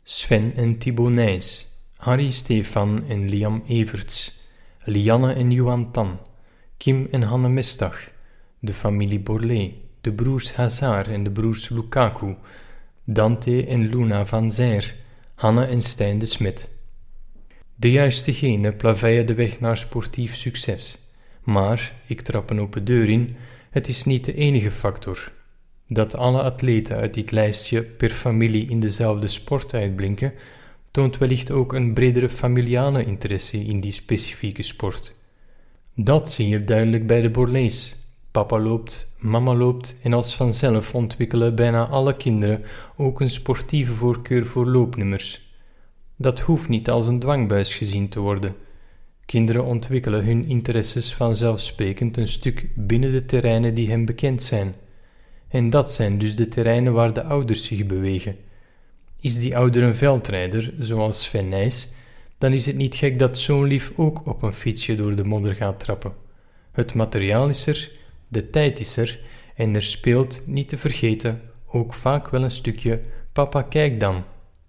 Sven en Thibaut Nijs, Harry Stefan en Liam Everts, Lianne en Johan Tan, Kim en Hanne Mestag, de familie Borlée, de broers Hazard en de broers Lukaku, Dante en Luna van Zijr, Hanne en Stijn de Smet. De juiste genen plaveien de weg naar sportief succes. Maar, ik trap een open deur in, het is niet de enige factor. Dat alle atleten uit dit lijstje per familie in dezelfde sport uitblinken, toont wellicht ook een bredere familiale interesse in die specifieke sport. Dat zie je duidelijk bij de Borlées. Papa loopt, mama loopt en als vanzelf ontwikkelen bijna alle kinderen ook een sportieve voorkeur voor loopnummers. Dat hoeft niet als een dwangbuis gezien te worden. Kinderen ontwikkelen hun interesses vanzelfsprekend een stuk binnen de terreinen die hen bekend zijn. En dat zijn dus de terreinen waar de ouders zich bewegen. Is die ouder een veldrijder, zoals Sven Nijs, dan is het niet gek dat zo'n lief ook op een fietsje door de modder gaat trappen. Het materiaal is er, de tijd is er en er speelt, niet te vergeten, ook vaak wel een stukje papa kijk dan.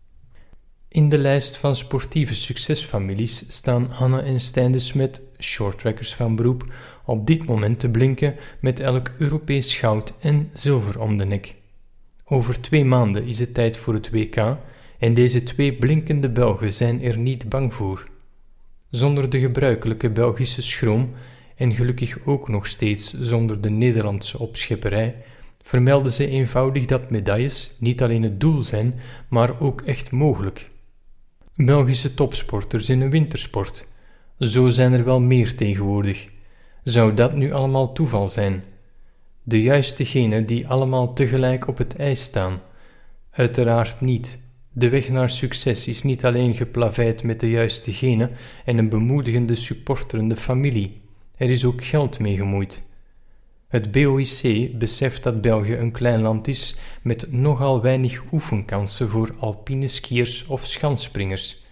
In de lijst van sportieve succesfamilies staan Hanne en Stijn de Smet, shorttrackers van beroep, op dit moment te blinken met elk Europees goud en zilver om de nek. Over 2 maanden is het tijd voor het WK en deze 2 blinkende Belgen zijn er niet bang voor. Zonder de gebruikelijke Belgische schroom en gelukkig ook nog steeds zonder de Nederlandse opschepperij, vermelden ze eenvoudig dat medailles niet alleen het doel zijn, maar ook echt mogelijk. Belgische topsporters in een wintersport. Zo zijn er wel meer tegenwoordig. Zou dat nu allemaal toeval zijn? De juiste genen die allemaal tegelijk op het ijs staan? Uiteraard niet. De weg naar succes is niet alleen geplaveid met de juiste genen en een bemoedigende, supporterende familie. Er is ook geld mee gemoeid. Het BOIC beseft dat België een klein land is met nogal weinig oefenkansen voor alpine skiers of schansspringers.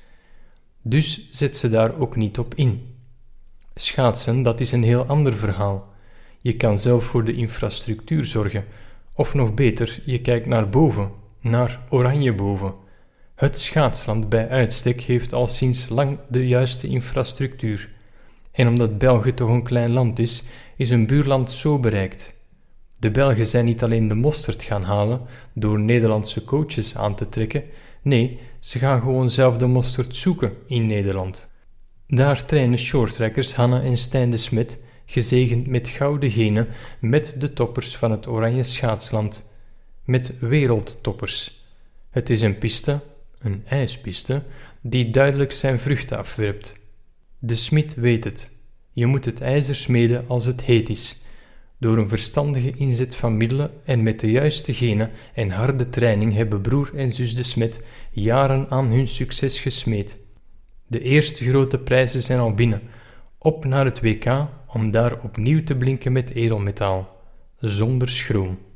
Dus zet ze daar ook niet op in. Schaatsen, dat is een heel ander verhaal. Je kan zelf voor de infrastructuur zorgen. Of nog beter, je kijkt naar boven, naar Oranjeboven. Het schaatsland bij uitstek heeft al sinds lang de juiste infrastructuur. En omdat België toch een klein land is een buurland zo bereikt. De Belgen zijn niet alleen de mosterd gaan halen door Nederlandse coaches aan te trekken, nee, ze gaan gewoon zelf de mosterd zoeken in Nederland. Daar trainen shorttrackers Hanne en Stijn de Smet, gezegend met gouden genen, met de toppers van het Oranje Schaatsland. Met wereldtoppers. Het is een piste, een ijspiste, die duidelijk zijn vruchten afwerpt. De smid weet het. Je moet het ijzer smeden als het heet is. Door een verstandige inzet van middelen en met de juiste genen en harde training hebben broer en zus de Smet jaren aan hun succes gesmeed. De eerste grote prijzen zijn al binnen. Op naar het WK om daar opnieuw te blinken met edelmetaal. Zonder schroom.